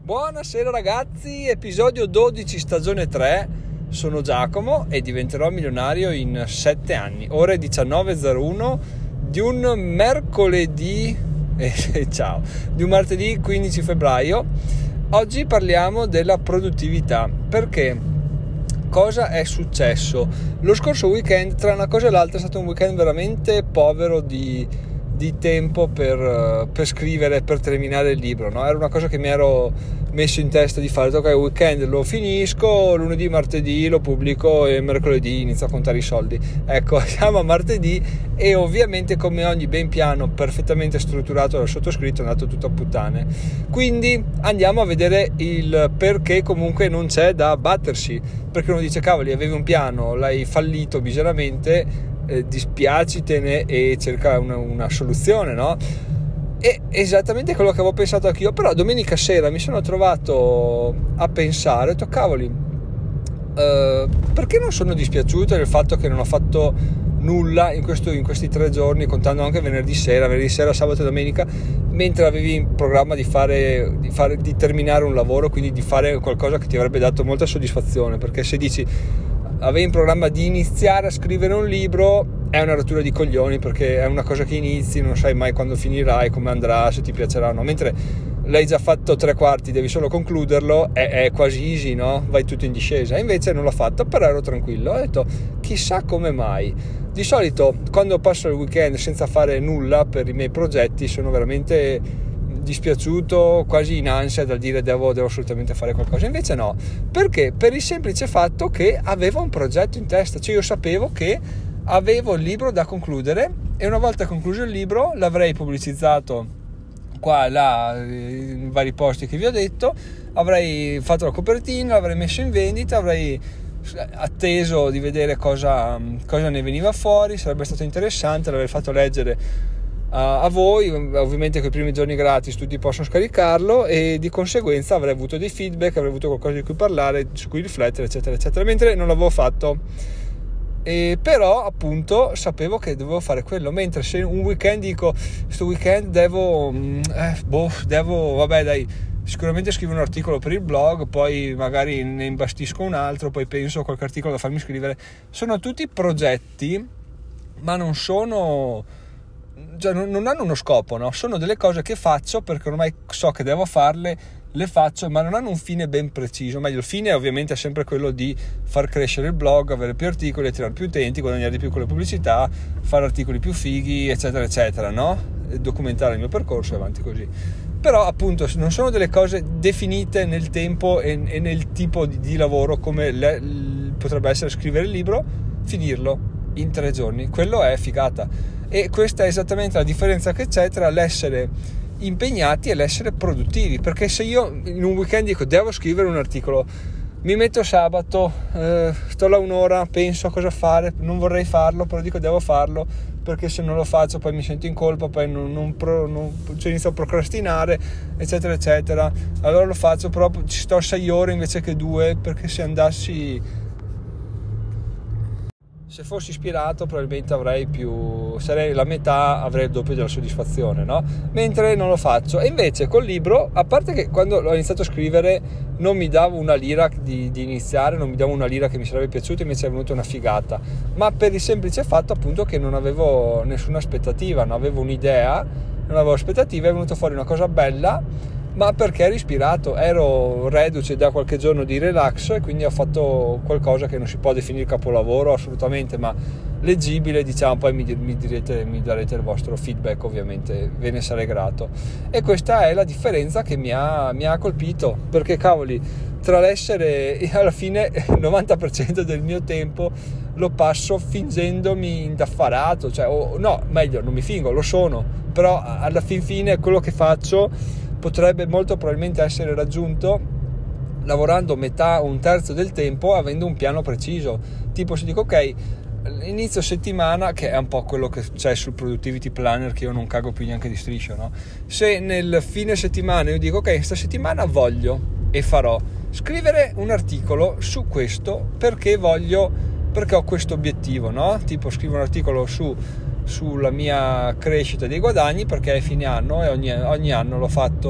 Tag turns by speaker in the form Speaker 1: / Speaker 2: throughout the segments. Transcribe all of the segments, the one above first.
Speaker 1: Buonasera ragazzi, episodio 12 stagione 3, sono Giacomo e diventerò milionario in 7 anni. Ore 19.01 di un mercoledì, di un martedì 15 febbraio. Oggi parliamo della produttività, perché cosa è successo? Lo scorso weekend, tra una cosa e l'altra, è stato un weekend veramente povero di tempo per scrivere, per terminare il libro, no? Era una cosa che mi ero messo in testa di fare. Ok, weekend lo finisco, lunedì, martedì lo pubblico e mercoledì inizio a contare i soldi. Ecco, siamo a martedì e ovviamente, come ogni ben piano perfettamente strutturato dal sottoscritto, è andato tutto a puttane. Quindi andiamo a vedere il perché comunque non c'è da battersi, perché uno dice cavoli, avevi un piano, l'hai fallito miseramente, dispiacitene e cerca una soluzione, no? È esattamente quello che avevo pensato anch'io. Però domenica sera mi sono trovato a pensare, ho detto cavoli, perché non sono dispiaciuto del fatto che non ho fatto nulla in questi 3 giorni, contando anche venerdì sera, sabato e domenica, mentre avevi in programma di terminare un lavoro, quindi di fare qualcosa che ti avrebbe dato molta soddisfazione. Perché se dici avevi in programma di iniziare a scrivere un libro, è una rottura di coglioni, perché è una cosa che inizi, non sai mai quando finirai, come andrà, se ti piacerà o no. Mentre l'hai già fatto 3/4, devi solo concluderlo, è quasi easy, no? Vai tutto in discesa. E invece non l'ho fatto, però ero tranquillo. Ho detto chissà come mai. Di solito quando passo il weekend senza fare nulla per i miei progetti sono veramente dispiaciuto, quasi in ansia dal dire devo assolutamente fare qualcosa. Invece no, perché? Per il semplice fatto che avevo un progetto in testa, cioè io sapevo che avevo il libro da concludere e una volta concluso il libro l'avrei pubblicizzato qua e là in vari posti che vi ho detto, avrei fatto la copertina, l'avrei messo in vendita, avrei atteso di vedere cosa ne veniva fuori, sarebbe stato interessante, l'avrei fatto leggere a voi, ovviamente con i primi giorni gratis tutti possono scaricarlo e di conseguenza avrei avuto dei feedback, avrei avuto qualcosa di cui parlare, su cui riflettere, eccetera eccetera, mentre non l'avevo fatto. Però appunto sapevo che dovevo fare quello, mentre se un weekend dico sto weekend devo vabbè dai, sicuramente scrivo un articolo per il blog, poi magari ne imbastisco un altro, poi penso a qualche articolo da farmi scrivere. Sono tutti progetti, ma non sono, cioè non hanno uno scopo, no? Sono delle cose che faccio perché ormai so che devo farle, le faccio, ma non hanno un fine ben preciso. Meglio, il fine ovviamente è sempre quello di far crescere il blog, avere più articoli, attirare più utenti, guadagnare di più con le pubblicità, fare articoli più fighi, eccetera eccetera, no? E documentare il mio percorso e avanti così. Però appunto non sono delle cose definite nel tempo e nel tipo di lavoro come potrebbe essere scrivere il libro, finirlo in 3 giorni. Quello è figata. E questa è esattamente la differenza che c'è tra l'essere impegnati e l'essere produttivi. Perché se io in un weekend dico devo scrivere un articolo, mi metto sabato, sto là un'ora, penso a cosa fare, non vorrei farlo, però dico devo farlo, perché se non lo faccio poi mi sento in colpa, poi cioè inizio a procrastinare, eccetera eccetera. Allora lo faccio, però ci sto 6 ore invece che 2, perché se fossi ispirato probabilmente sarei la metà, avrei il doppio della soddisfazione, no? Mentre non lo faccio. E invece col libro, a parte che quando l'ho iniziato a scrivere non mi davo una lira di iniziare, non mi davo una lira che mi sarebbe piaciuta, invece è venuta una figata, ma per il semplice fatto appunto che non avevo nessuna aspettativa, non avevo un'idea, non avevo aspettative, è venuta fuori una cosa bella, ma perché ero ispirato, ero reduce da qualche giorno di relax e quindi ho fatto qualcosa che non si può definire capolavoro assolutamente, ma leggibile, diciamo. Poi mi darete il vostro feedback, ovviamente ve ne sarei grato. E questa è la differenza che mi ha colpito, perché cavoli, tra l'essere alla fine il 90% del mio tempo lo passo fingendomi indaffarato, cioè meglio, non mi fingo, lo sono, però alla fine quello che faccio potrebbe molto probabilmente essere raggiunto lavorando metà o un terzo del tempo, avendo un piano preciso. Tipo se dico ok, inizio settimana, che è un po' quello che c'è sul Productivity Planner, che io non cago più neanche di striscio, no? Se nel fine settimana io dico ok, questa settimana voglio e farò scrivere un articolo su questo perché ho questo obiettivo, no? Tipo scrivo un articolo sulla mia crescita dei guadagni perché è fine anno e ogni anno l'ho fatto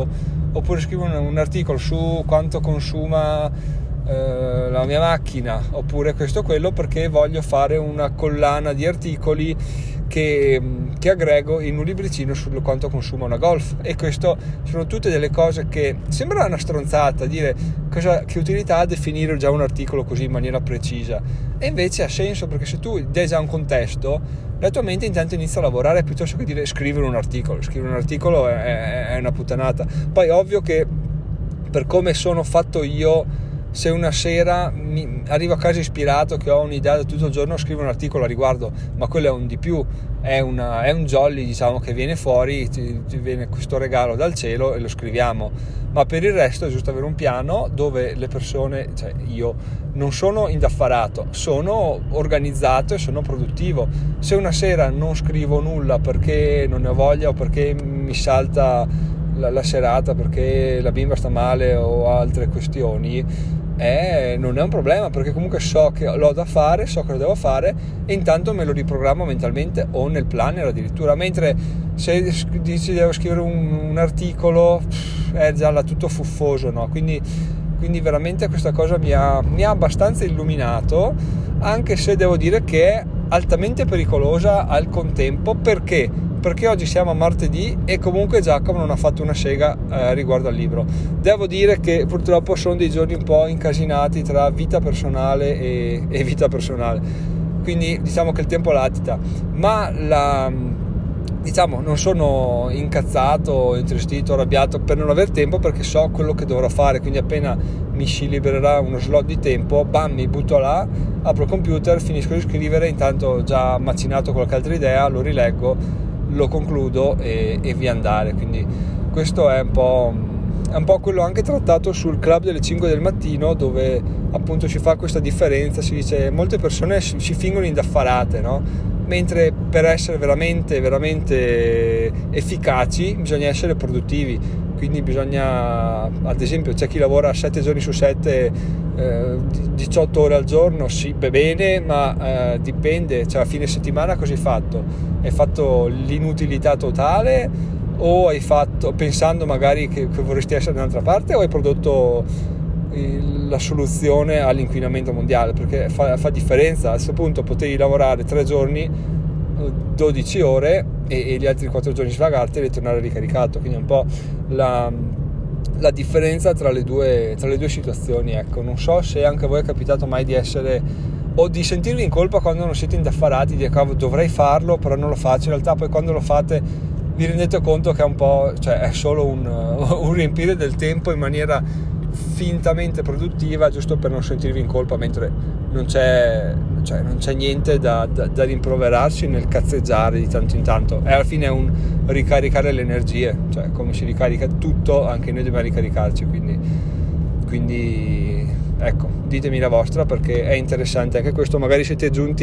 Speaker 1: oppure scrivo un articolo su quanto consuma la mia macchina, oppure questo o quello, perché voglio fare una collana di articoli che aggrego in un libricino su quanto consuma una Golf. E questo sono tutte delle cose che sembra una stronzata dire che utilità ha definire già un articolo così in maniera precisa, e invece ha senso, perché se tu dai già un contesto, la tua mente intanto inizia a lavorare, piuttosto che dire scrivere un articolo è una puttanata. Poi ovvio che per come sono fatto io, se una sera arrivo a casa ispirato, che ho un'idea da tutto il giorno, scrivo un articolo a riguardo, ma quello è un di più, è un jolly, diciamo, che viene fuori, ti viene questo regalo dal cielo e lo scriviamo. Ma per il resto è giusto avere un piano dove le persone, cioè io non sono indaffarato, sono organizzato e sono produttivo. Se una sera non scrivo nulla perché non ne ho voglia, o perché mi salta la serata, perché la bimba sta male o altre questioni, non è un problema, perché comunque so che l'ho da fare, so che lo devo fare, e intanto me lo riprogrammo mentalmente o nel planner addirittura. Mentre se dici devo scrivere un articolo, è già là tutto fuffoso, no? Quindi veramente questa cosa mi ha abbastanza illuminato, anche se devo dire che è altamente pericolosa al contempo. Perché oggi siamo a martedì e comunque Giacomo non ha fatto una sega riguardo al libro. Devo dire che purtroppo sono dei giorni un po' incasinati tra vita personale e vita personale, quindi diciamo che il tempo latita, ma non sono incazzato, intristito, arrabbiato per non aver tempo, perché so quello che dovrò fare. Quindi appena mi si libererà uno slot di tempo, bam, mi butto là, apro il computer, finisco di scrivere, intanto ho già macinato qualche altra idea, lo rileggo, lo concludo e via andare. Quindi questo è un po' quello anche trattato sul club delle 5 del mattino, dove appunto si fa questa differenza. Si dice molte persone si fingono indaffarate, no? Mentre per essere veramente veramente efficaci bisogna essere produttivi. Quindi bisogna, ad esempio, c'è chi lavora 7 giorni su 7, 18 ore al giorno, sì, bene, ma dipende, cioè a fine settimana cosa hai fatto? Hai fatto l'inutilità totale, o hai fatto pensando magari che vorresti essere da un'altra parte, o hai prodotto la soluzione all'inquinamento mondiale? Perché fa differenza. A questo punto potevi lavorare 3 giorni, 12 ore, e gli altri 4 giorni svagarteli e tornare ricaricato. Quindi è un po' la differenza tra le due situazioni, ecco. Non so se anche a voi è capitato mai di essere, o di sentirvi in colpa quando non siete indaffarati, di cavolo, dovrei farlo però non lo faccio. In realtà poi quando lo fate vi rendete conto che è un po', cioè è solo un riempire del tempo in maniera fintamente produttiva, giusto per non sentirvi in colpa, mentre non c'è niente da rimproverarsi nel cazzeggiare di tanto in tanto. E alla fine è un ricaricare le energie, cioè come si ricarica tutto, anche noi dobbiamo ricaricarci. Quindi ecco, ditemi la vostra, perché è interessante anche questo. Magari siete giunti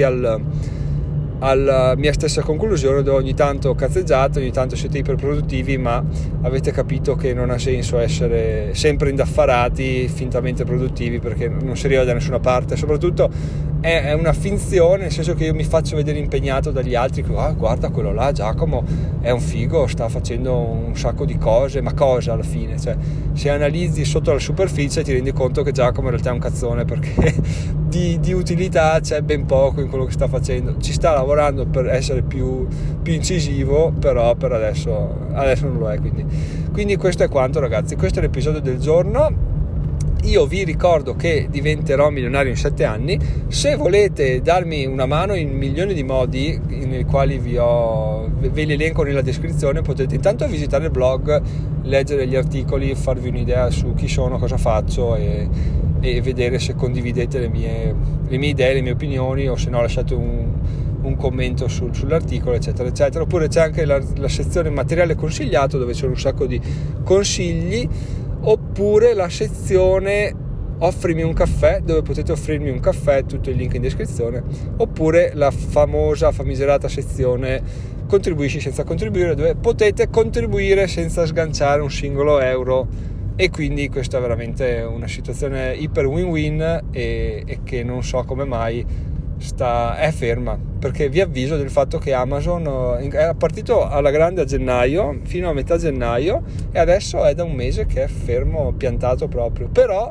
Speaker 1: alla mia stessa conclusione, dove ogni tanto cazzeggiate, ogni tanto siete iperproduttivi, ma avete capito che non ha senso essere sempre indaffarati, fintamente produttivi, perché non si arriva da nessuna parte. Soprattutto è una finzione, nel senso che io mi faccio vedere impegnato dagli altri, guarda quello là, Giacomo è un figo, sta facendo un sacco di cose, ma cosa alla fine? Cioè, se analizzi sotto la superficie ti rendi conto che Giacomo in realtà è un cazzone, perché di utilità c'è ben poco in quello che sta facendo. Ci sta lavorando per essere più incisivo, però per adesso non lo è. Quindi questo è quanto, ragazzi. Questo è l'episodio del giorno. Io vi ricordo che diventerò milionario in 7 anni. Se volete darmi una mano in milioni di modi, nei quali ve li elenco nella descrizione, potete intanto visitare il blog, leggere gli articoli, farvi un'idea su chi sono, cosa faccio, e vedere se condividete le mie idee, le mie opinioni, o se no lasciate un commento sull'articolo, eccetera eccetera. Oppure c'è anche la sezione materiale consigliato, dove c'è un sacco di consigli, oppure la sezione offrimi un caffè, dove potete offrirmi un caffè, tutto il link in descrizione, oppure la famigerata sezione contribuisci senza contribuire, dove potete contribuire senza sganciare un singolo euro. E quindi questa è veramente una situazione iper win-win, e che non so come mai è ferma, perché vi avviso del fatto che Amazon era partito alla grande a gennaio, fino a metà gennaio, e adesso è da un mese che è fermo, piantato proprio. Però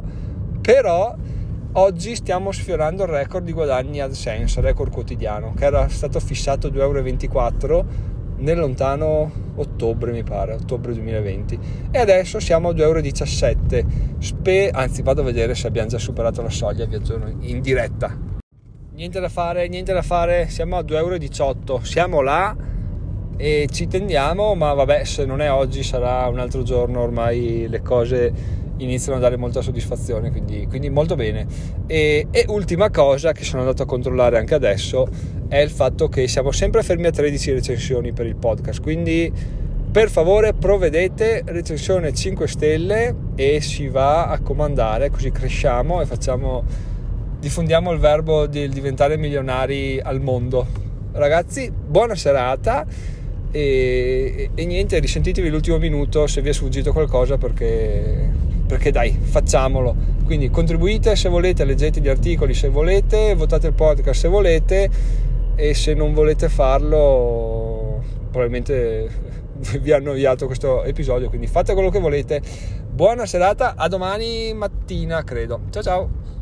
Speaker 1: oggi stiamo sfiorando il record di guadagni AdSense, record quotidiano, che era stato fissato 2,24 euro nel lontano ottobre, mi pare, ottobre 2020, e adesso siamo a 2,17 euro. Anzi, vado a vedere se abbiamo già superato la soglia, vi aggiorno in diretta. Niente da fare, siamo a 2,18 euro, siamo là e ci tendiamo, ma vabbè, se non è oggi sarà un altro giorno, ormai le cose iniziano a dare molta soddisfazione, quindi molto bene. E ultima cosa che sono andato a controllare anche adesso è il fatto che siamo sempre fermi a 13 recensioni per il podcast, quindi per favore provvedete, recensione 5 stelle e si va a comandare, così cresciamo e diffondiamo il verbo di diventare milionari al mondo. Ragazzi, buona serata e niente, risentitevi l'ultimo minuto se vi è sfuggito qualcosa, perché dai, facciamolo. Quindi contribuite se volete, leggete gli articoli se volete, votate il podcast se volete, e se non volete farlo probabilmente vi ha annoiato questo episodio, quindi fate quello che volete. Buona serata, a domani mattina credo. Ciao ciao.